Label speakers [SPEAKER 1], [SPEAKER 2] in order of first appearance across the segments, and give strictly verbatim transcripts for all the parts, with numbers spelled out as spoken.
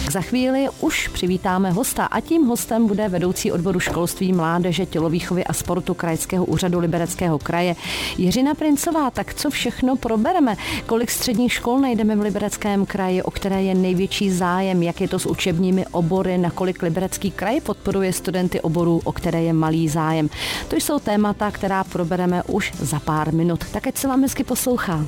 [SPEAKER 1] Za chvíli už přivítáme hosta a tím hostem bude vedoucí odboru školství, mládeže, tělovýchovy a sportu Krajského úřadu Libereckého kraje Jiřina Princová. Tak co všechno probereme? Kolik středních škol najdeme v Libereckém kraji, o které je největší zájem, jak je to s učebními obory, nakolik Liberecký kraj podporuje studenty oborů, o které je malý zájem. To jsou témata, která probereme už za pár minut. Tak ať se vám hezky poslouchá.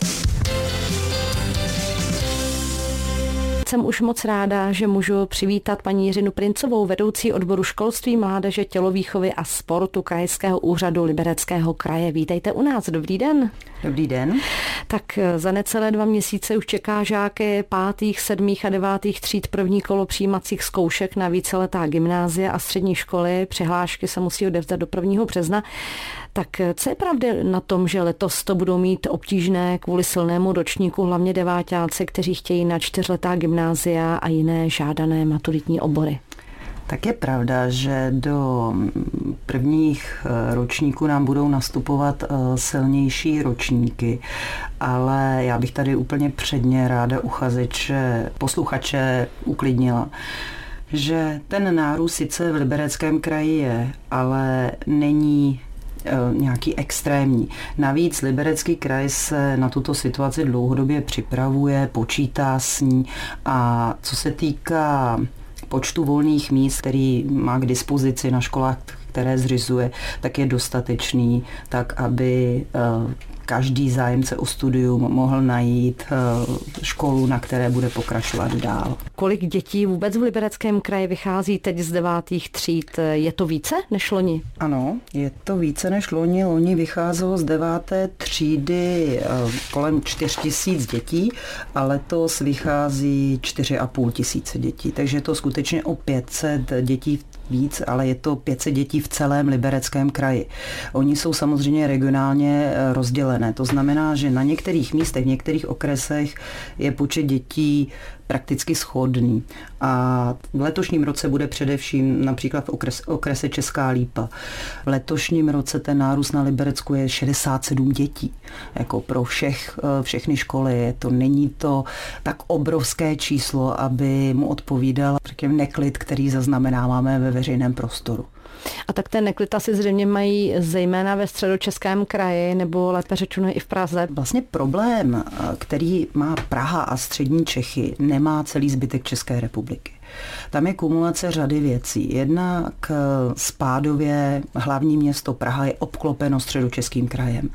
[SPEAKER 1] Jsem už moc ráda, že můžu přivítat paní Jiřinu Princovou, vedoucí odboru školství, mládeže, tělovýchovy a sportu Krajského úřadu Libereckého kraje. Vítejte u nás. Dobrý den.
[SPEAKER 2] Dobrý den.
[SPEAKER 1] Tak za necelé dva měsíce už čeká žáky pátých, sedmých a devátých tříd první kolo přijímacích zkoušek na víceletá gymnázia a střední školy. Přihlášky se musí odevzdat do prvního března. Tak co je pravda na tom, že letos to budou mít obtížné kvůli silnému ročníku, hlavně deváťáci, kteří chtějí na čtyřletá gymnázia a jiné žádané maturitní obory?
[SPEAKER 2] Tak je pravda, že do prvních ročníků nám budou nastupovat silnější ročníky, ale já bych tady úplně předně ráda uchazeče, posluchače uklidnila, že ten nárůst sice v Libereckém kraji je, ale není nějaký extrémní. Navíc Liberecký kraj se na tuto situaci dlouhodobě připravuje, počítá s ní a co se týká počtu volných míst, který má k dispozici na školách, které zřizuje, tak je dostatečný, tak aby každý zájemce o studium mohl najít školu, na které bude pokračovat dál.
[SPEAKER 1] Kolik dětí vůbec v Libereckém kraji vychází teď z devátých tříd? Je to více než loni?
[SPEAKER 2] Ano, je to více než loni. Loni vycházelo z deváté třídy kolem čtyři tisíc dětí a letos vychází čtyři a půl tisíce dětí. Takže je to skutečně o pět set dětí víc, ale je to pět set dětí v celém Libereckém kraji. Oni jsou samozřejmě regionálně rozdělené. To znamená, že na některých místech, v některých okresech je počet dětí prakticky shodný. A v letošním roce bude především například v okres, okrese Česká Lípa. V letošním roce ten nárůst na Liberecku je šedesát sedm dětí. Jako pro všech, všechny školy. To není to tak obrovské číslo, aby mu odpovídal neklid, který zaznamenáváme ve veřejném prostoru.
[SPEAKER 1] A tak ten neklid asi zřejmě mají zejména ve Středočeském kraji, nebo lépe řečeno i v Praze.
[SPEAKER 2] Vlastně problém, který má Praha a střední Čechy, nemá celý zbytek České republiky. Tam je kumulace řady věcí. Jednak spádově hlavní město Praha je obklopeno Středočeským krajem.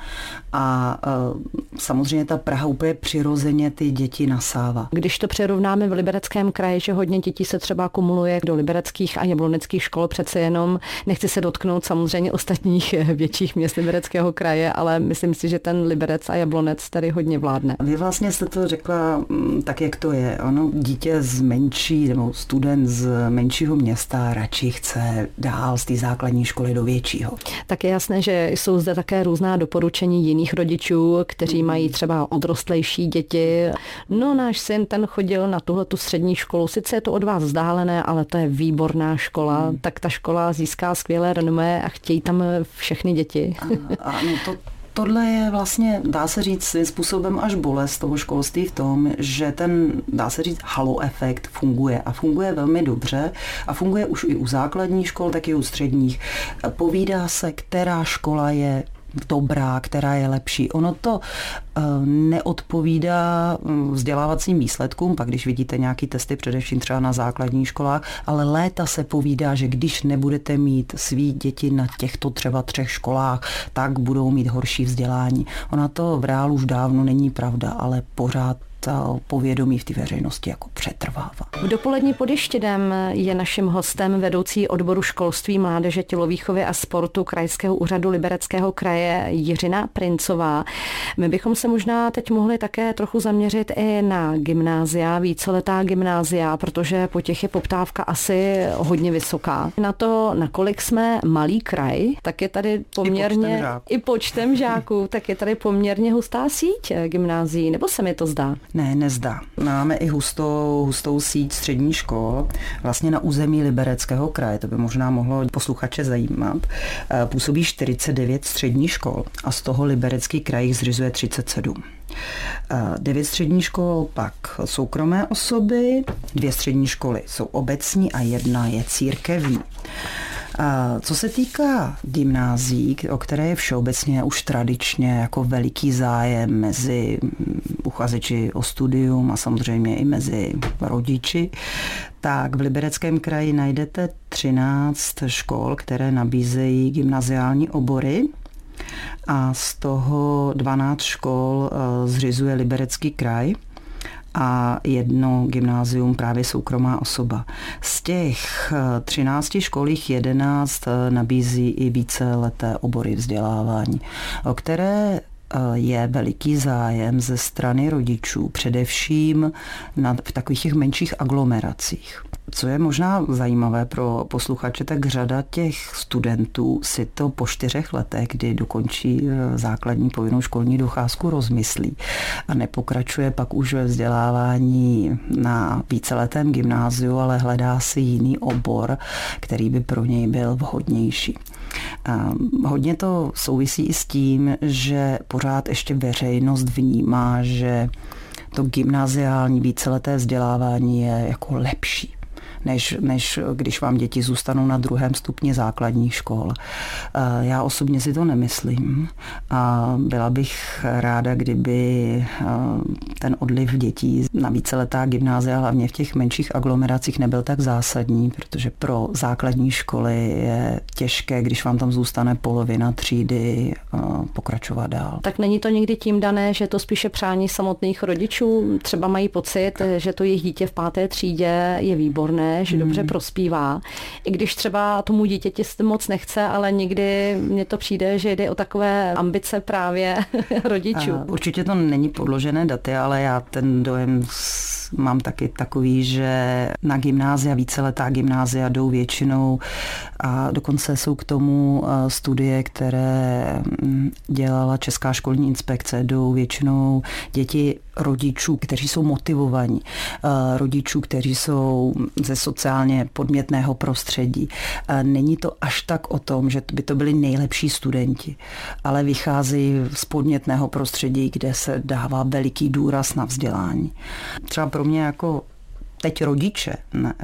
[SPEAKER 2] A samozřejmě ta Praha úplně přirozeně ty děti nasává.
[SPEAKER 1] Když to přerovnáme v Libereckém kraji, že hodně dětí se třeba kumuluje do libereckých a jabloneckých škol, přece jenom nechci se dotknout samozřejmě ostatních větších měst Libereckého kraje, ale myslím si, že ten Liberec a Jablonec tady hodně vládne.
[SPEAKER 2] Vy vlastně jste to řekla tak, jak to je. Ono dítě z menší nebo student z menšího města radši chce dál z té základní školy do většího.
[SPEAKER 1] Tak je jasné, že jsou zde také různá doporučení jiných rodičů, kteří mají třeba odrostlejší děti. No náš syn, ten chodil na tuhletu střední školu, sice je to od vás vzdálené, ale to je výborná škola, hmm. tak ta škola získá skvělé renomé a chtějí tam všechny děti.
[SPEAKER 2] Ano, to Tohle je vlastně, dá se říct, svým způsobem až bolest toho školství v tom, že ten, dá se říct, halo efekt funguje a funguje velmi dobře a funguje už i u základních škol, tak i u středních. Povídá se, která škola je dobrá, která je lepší. Ono to uh, neodpovídá vzdělávacím výsledkům, pak když vidíte nějaký testy, především třeba na základních školách, ale léta se povídá, že když nebudete mít svý děti na těchto třeba třech školách, tak budou mít horší vzdělání. Ona to v reálu už dávno není pravda, ale pořád ta povědomí v té veřejnosti jako přetrvává.
[SPEAKER 1] V dopolední pod Ještědem je naším hostem vedoucí odboru školství, mládeže, tělovýchovy a sportu Krajského úřadu Libereckého kraje Jiřina Princová. My bychom se možná teď mohli také trochu zaměřit i na gymnázia, víceletá gymnázia, protože po těch je poptávka asi hodně vysoká. Na to, nakolik jsme malý kraj, tak je tady poměrně i počtem, i počtem žáků, tak je tady poměrně hustá síť gymnázií, nebo se mi to zdá?
[SPEAKER 2] Ne, nezdá. Máme i hustou, hustou síť středních škol vlastně na území Libereckého kraje. To by možná mohlo posluchače zajímat. Působí čtyřicet devět středních škol a z toho Liberecký kraj zřizuje třicet sedm. Devět středních škol pak soukromé osoby, dvě střední školy jsou obecní a jedna je církevní. Co se týká gymnázií, o které je všeobecně už tradičně jako veliký zájem mezi uchazeči o studium a samozřejmě i mezi rodiči, tak v Libereckém kraji najdete třináct škol, které nabízejí gymnaziální obory. A z toho dvanáct škol zřizuje Liberecký kraj a jedno gymnázium právě soukromá osoba. Z těch třinácti škol jich jedenáct nabízí i víceleté obory vzdělávání, o které je veliký zájem ze strany rodičů, především na, v takových těch menších aglomeracích. Co je možná zajímavé pro posluchače, tak řada těch studentů si to po čtyřech letech, kdy dokončí základní povinnou školní docházku, rozmyslí a nepokračuje pak už ve vzdělávání na víceletém gymnáziu, ale hledá si jiný obor, který by pro něj byl vhodnější. A hodně to souvisí i s tím, že pořád ještě veřejnost vnímá, že to gymnaziální víceleté vzdělávání je jako lepší, než, než když vám děti zůstanou na druhém stupni základních škol. Já osobně si to nemyslím a byla bych ráda, kdyby ten odliv dětí na víceletá gymnázia, hlavně v těch menších aglomeracích, nebyl tak zásadní, protože pro základní školy je těžké, když vám tam zůstane polovina třídy, pokračovat dál.
[SPEAKER 1] Tak není to někdy tím dané, že to spíše přání samotných rodičů? Třeba mají pocit, že to jejich dítě v páté třídě je výborné, že dobře hmm. prospívá. I když třeba tomu dítěti moc nechce, ale někdy mně to přijde, že jde o takové ambice právě rodičů.
[SPEAKER 2] A určitě to není podložené daty, ale já ten dojem mám taky takový, že na gymnázia, víceletá gymnázia jdou většinou a dokonce jsou k tomu studie, které dělala Česká školní inspekce, jdou většinou děti rodičů, kteří jsou motivovaní, rodičů, kteří jsou ze sociálně podmětného prostředí. Není to až tak o tom, že by to byli nejlepší studenti, ale vycházejí z podmětného prostředí, kde se dává veliký důraz na vzdělání. Třeba pro mě jako teď rodiče.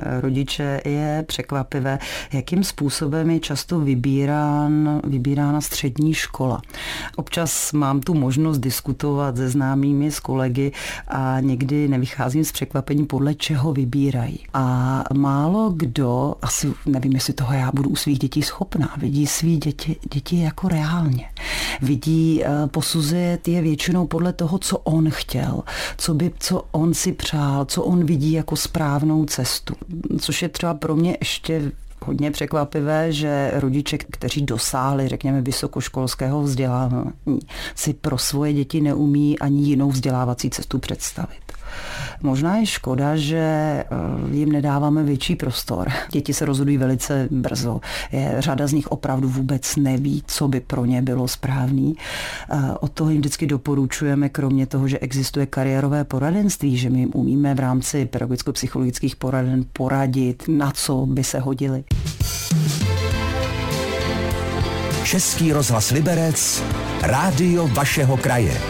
[SPEAKER 2] Rodiče je překvapivé, jakým způsobem je často vybírán, vybírána střední škola. Občas mám tu možnost diskutovat se známými, s kolegy a někdy nevycházím z překvapení, podle čeho vybírají. A málo kdo, asi nevím, jestli toho já budu u svých dětí schopná, vidí svý děti, děti jako reálně. Vidí, posuzuje je většinou podle toho, co on chtěl, co by, co on si přál, co on vidí jako správnou cestu. Což je třeba pro mě ještě hodně překvapivé, že rodiče, kteří dosáhli, řekněme, vysokoškolského vzdělávání, si pro svoje děti neumí ani jinou vzdělávací cestu představit. Možná je škoda, že jim nedáváme větší prostor. Děti se rozhodují velice brzo. Je, řada z nich opravdu vůbec neví, co by pro ně bylo správný. Od toho jim vždycky doporučujeme, kromě toho, že existuje kariérové poradenství, že my jim umíme v rámci pedagogicko-psychologických poraden poradit, na co by se hodili.
[SPEAKER 3] Český rozhlas Liberec, rádio vašeho kraje.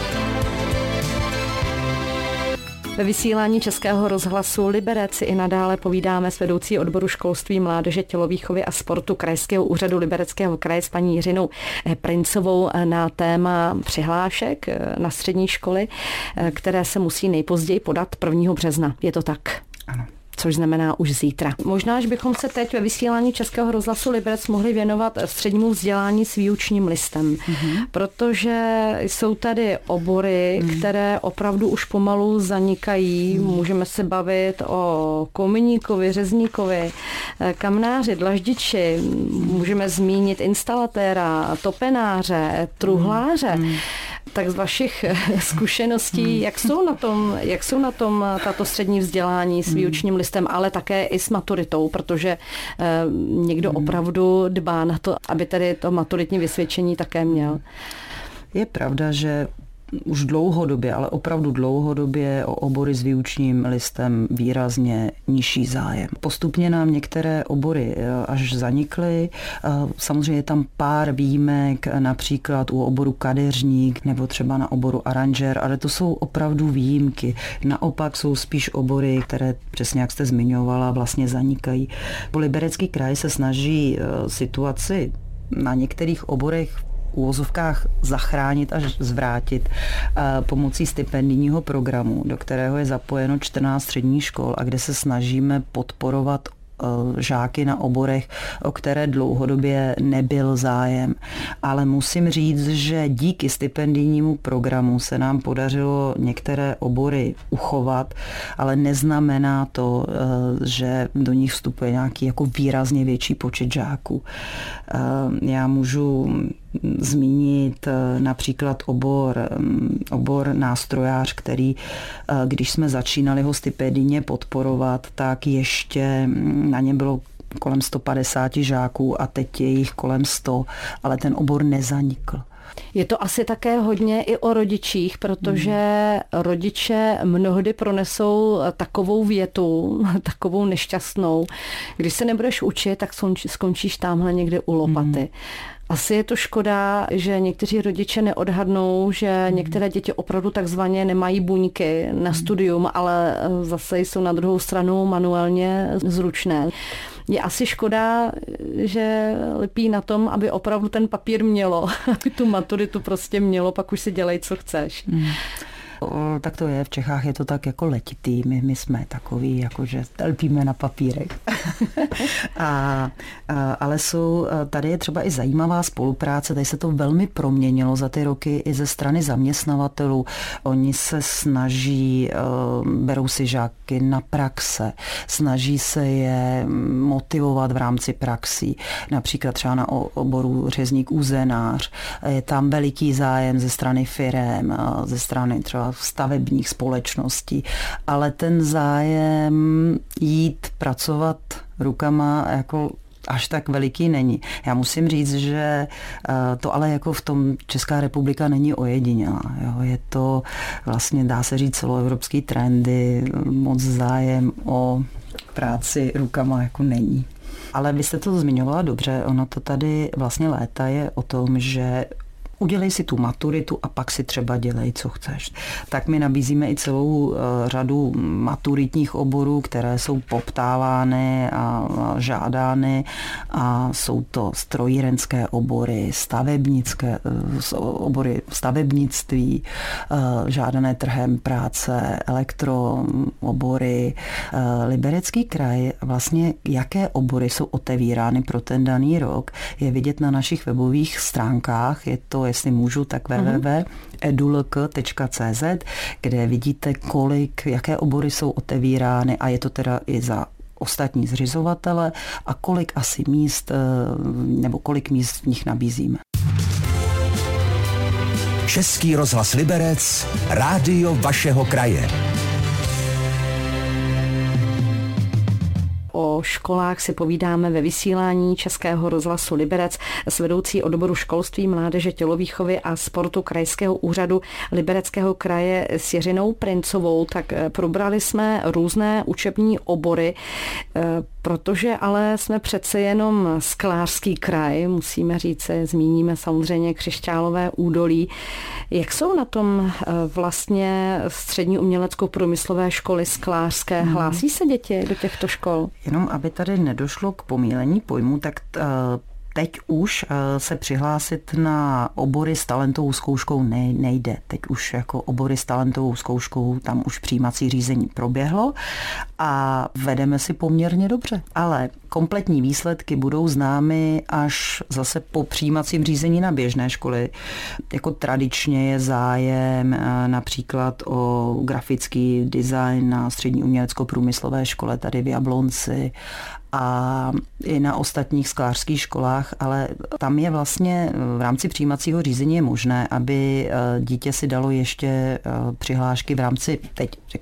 [SPEAKER 1] Ve vysílání Českého rozhlasu Liberec si i nadále povídáme s vedoucí odboru školství, mládeže, tělovýchovy a sportu Krajského úřadu Libereckého kraje s paní Jiřinou Princovou na téma přihlášek na střední školy, které se musí nejpozději podat prvního března. Je to tak?
[SPEAKER 2] Ano.
[SPEAKER 1] Což znamená už zítra. Možná, že bychom se teď ve vysílání Českého rozhlasu Liberec mohli věnovat střednímu vzdělání s výučním listem, mm-hmm. protože jsou tady obory, mm. které opravdu už pomalu zanikají. Mm. Můžeme se bavit o kominíkovi, řezníkovi, kamnáři, dlaždiči, můžeme zmínit instalatéra, topenáře, truhláře. Mm. Tak z vašich zkušeností, jak jsou na tom, jak jsou na tom tato střední vzdělání s výučním listem, ale také i s maturitou, protože eh, někdo opravdu dbá na to, aby tedy to maturitní vysvědčení také měl.
[SPEAKER 2] Je pravda, že už dlouhodobě, ale opravdu dlouhodobě o obory s výučním listem výrazně nižší zájem. Postupně nám některé obory až zanikly. Samozřejmě je tam pár výjimek, například u oboru kadeřník nebo třeba na oboru aranžér, ale to jsou opravdu výjimky. Naopak jsou spíš obory, které přesně jak jste zmiňovala, vlastně zanikají. Liberecký kraj se snaží situaci na některých oborech v uvozovkách zachránit až zvrátit pomocí stipendijního programu, do kterého je zapojeno čtrnáct středních škol a kde se snažíme podporovat žáky na oborech, o které dlouhodobě nebyl zájem. Ale musím říct, že díky stipendijnímu programu se nám podařilo některé obory uchovat, ale neznamená to, že do nich vstupuje nějaký jako výrazně větší počet žáků. Já můžu zmínit například obor, obor nástrojář, který, když jsme začínali ho stipendijně podporovat, tak ještě na ně bylo kolem sto padesát žáků a teď je jich kolem sto, ale ten obor nezanikl.
[SPEAKER 1] Je to asi také hodně i o rodičích, protože hmm. rodiče mnohdy pronesou takovou větu, takovou nešťastnou. Když se nebudeš učit, tak skončíš tamhle někde u lopaty. Hmm. Asi je to škoda, že někteří rodiče neodhadnou, že některé děti opravdu takzvaně nemají buňky na studium, ale zase jsou na druhou stranu manuálně zručné. Je asi škoda, že lpí na tom, aby opravdu ten papír mělo, aby tu maturitu prostě mělo, pak už si dělej, co chceš. Hmm.
[SPEAKER 2] Tak to je, v Čechách je to tak jako letitý, my, my jsme takový, jakože lpíme na papírek. a, a, ale jsou, tady je třeba i zajímavá spolupráce, tady se to velmi proměnilo za ty roky i ze strany zaměstnavatelů. Oni se snaží, berou si žáky na praxe, snaží se je motivovat v rámci praxí, například třeba na oboru řezník úzenář. Je tam veliký zájem ze strany firem, ze strany třeba stavebních společností, ale ten zájem jít pracovat rukama jako až tak veliký není. Já musím říct, že to ale jako v tom Česká republika není ojedinělá. Jo. Je to vlastně, dá se říct, celoevropský trendy, moc zájem o práci rukama jako není. Ale vy jste to zmiňovala dobře, ono to tady vlastně léta je o tom, že udělej si tu maturitu a pak si třeba dělej, co chceš. Tak my nabízíme i celou řadu maturitních oborů, které jsou poptávány a žádány a jsou to strojírenské obory, stavebnické obory stavebnictví, žádané trhem práce, elektroobory. Liberecký kraj, vlastně jaké obory jsou otevírány pro ten daný rok, je vidět na našich webových stránkách, je to jestli můžu, tak w w w tečka edulk tečka c z, kde vidíte, kolik, jaké obory jsou otevírány a je to teda i za ostatní zřizovatele a kolik asi míst, nebo kolik míst v nich nabízíme.
[SPEAKER 3] Český rozhlas Liberec, rádio vašeho kraje.
[SPEAKER 1] O školách si povídáme ve vysílání Českého rozhlasu Liberec s vedoucí odboru školství, mládeže, tělovýchovy a sportu Krajského úřadu Libereckého kraje s Jiřinou Princovou. Tak probrali jsme různé učební obory, protože ale jsme přece jenom sklářský kraj, musíme říct, zmíníme samozřejmě Křišťálové údolí. Jak jsou na tom vlastně střední umělecko-průmyslové školy sklářské? Hlásí se děti do těchto škol?
[SPEAKER 2] Jenom aby tady nedošlo k pomílení pojmu, tak teď už se přihlásit na obory s talentovou zkouškou nejde. Teď už jako obory s talentovou zkouškou, tam už přijímací řízení proběhlo a vedeme si poměrně dobře. Ale kompletní výsledky budou známy až zase po přijímacím řízení na běžné školy. Jako tradičně je zájem například o grafický design na střední umělecko-průmyslové škole tady v Jablonci a i na ostatních sklářských školách, ale tam je vlastně v rámci přijímacího řízení je možné, aby dítě si dalo ještě přihlášky v rámci teď, řekněme,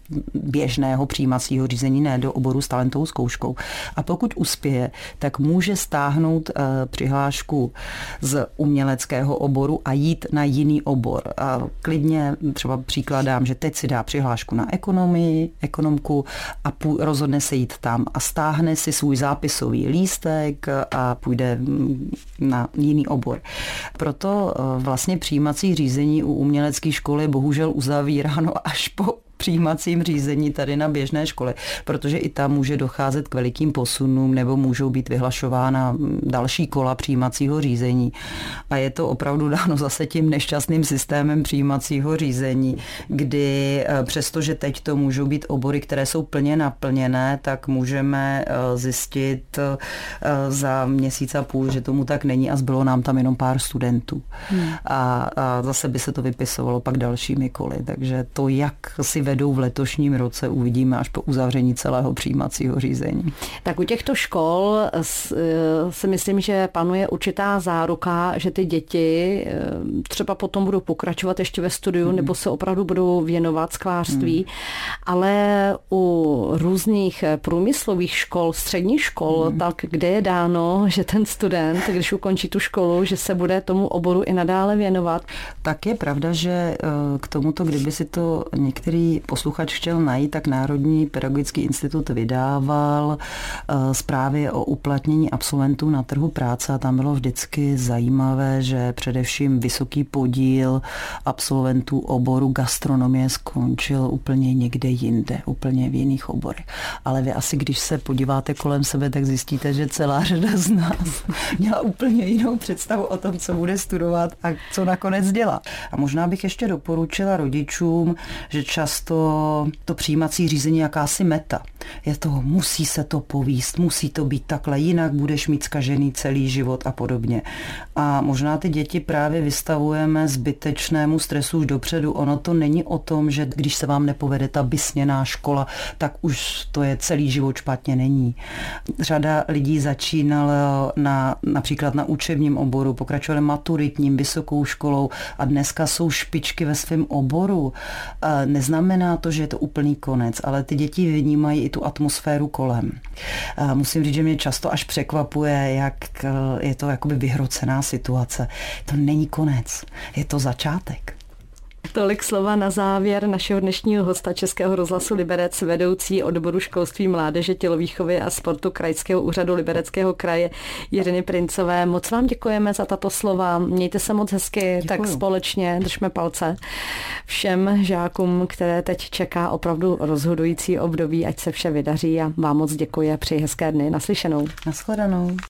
[SPEAKER 2] běžného přijímacího řízení, ne do oboru s talentovou zkouškou. A pokud uspěje, tak může stáhnout přihlášku z uměleckého oboru a jít na jiný obor. A klidně třeba příklad dám, že teď si dá přihlášku na ekonomii, ekonomku a pů, rozhodne se jít tam a stáhne si svůj zápisový lístek a půjde na jiný obor. Proto vlastně přijímací řízení u umělecké školy je bohužel uzavíráno až po přijímacím řízení tady na běžné školy, protože i tam může docházet k velikým posunům nebo můžou být vyhlašována další kola přijímacího řízení. A je to opravdu dáno zase tím nešťastným systémem přijímacího řízení, kdy přestože teď to můžou být obory, které jsou plně naplněné, tak můžeme zjistit za měsíc a půl, že tomu tak není a zbylo nám tam jenom pár studentů. Hmm. A, a zase by se to vypisovalo pak dalšími koly. Takže to, jak si vedou v letošním roce, uvidíme až po uzavření celého přijímacího řízení.
[SPEAKER 1] Tak u těchto škol si myslím, že panuje určitá záruka, že ty děti třeba potom budou pokračovat ještě ve studiu, hmm. nebo se opravdu budou věnovat sklářství, hmm. ale u různých průmyslových škol, středních škol, hmm. tak kde je dáno, že ten student, když ukončí tu školu, že se bude tomu oboru i nadále věnovat?
[SPEAKER 2] Tak je pravda, že k tomuto, kdyby si to některý posluchač chtěl najít, tak Národní pedagogický institut vydával zprávy o uplatnění absolventů na trhu práce a tam bylo vždycky zajímavé, že především vysoký podíl absolventů oboru gastronomie skončil úplně někde jinde, úplně v jiných oborech. Ale vy asi, když se podíváte kolem sebe, tak zjistíte, že celá řada z nás měla úplně jinou představu o tom, co bude studovat a co nakonec dělá. A možná bych ještě doporučila rodičům, že často to přijímací řízení jakási meta. Je to, musí se to povíst, musí to být takhle, jinak budeš mít zkažený celý život a podobně. A možná ty děti právě vystavujeme zbytečnému stresu už dopředu. Ono to není o tom, že když se vám nepovede ta vysněná škola, tak už to je celý život špatně, není. Řada lidí začínala na, například na učebním oboru, pokračovali maturitním, vysokou školou a dneska jsou špičky ve svém oboru. Neznamená to, že je to úplný konec, ale ty děti vnímají i tu atmosféru kolem. Musím říct, že mě často až překvapuje, jak je to jakoby vyhrocená situace. To není konec, je to začátek.
[SPEAKER 1] Tolik slova na závěr našeho dnešního hosta Českého rozhlasu Liberec, vedoucí odboru školství, mládeže, tělovýchovy a sportu Krajského úřadu Libereckého kraje Jiřiny Princové. Moc vám děkujeme za tato slova. Mějte se moc hezky. Děkuju. Tak společně držme palce všem žákům, které teď čeká opravdu rozhodující období, ať se vše vydaří a vám moc děkuji a přeji hezké dny. Naslyšenou.
[SPEAKER 2] Nashledanou.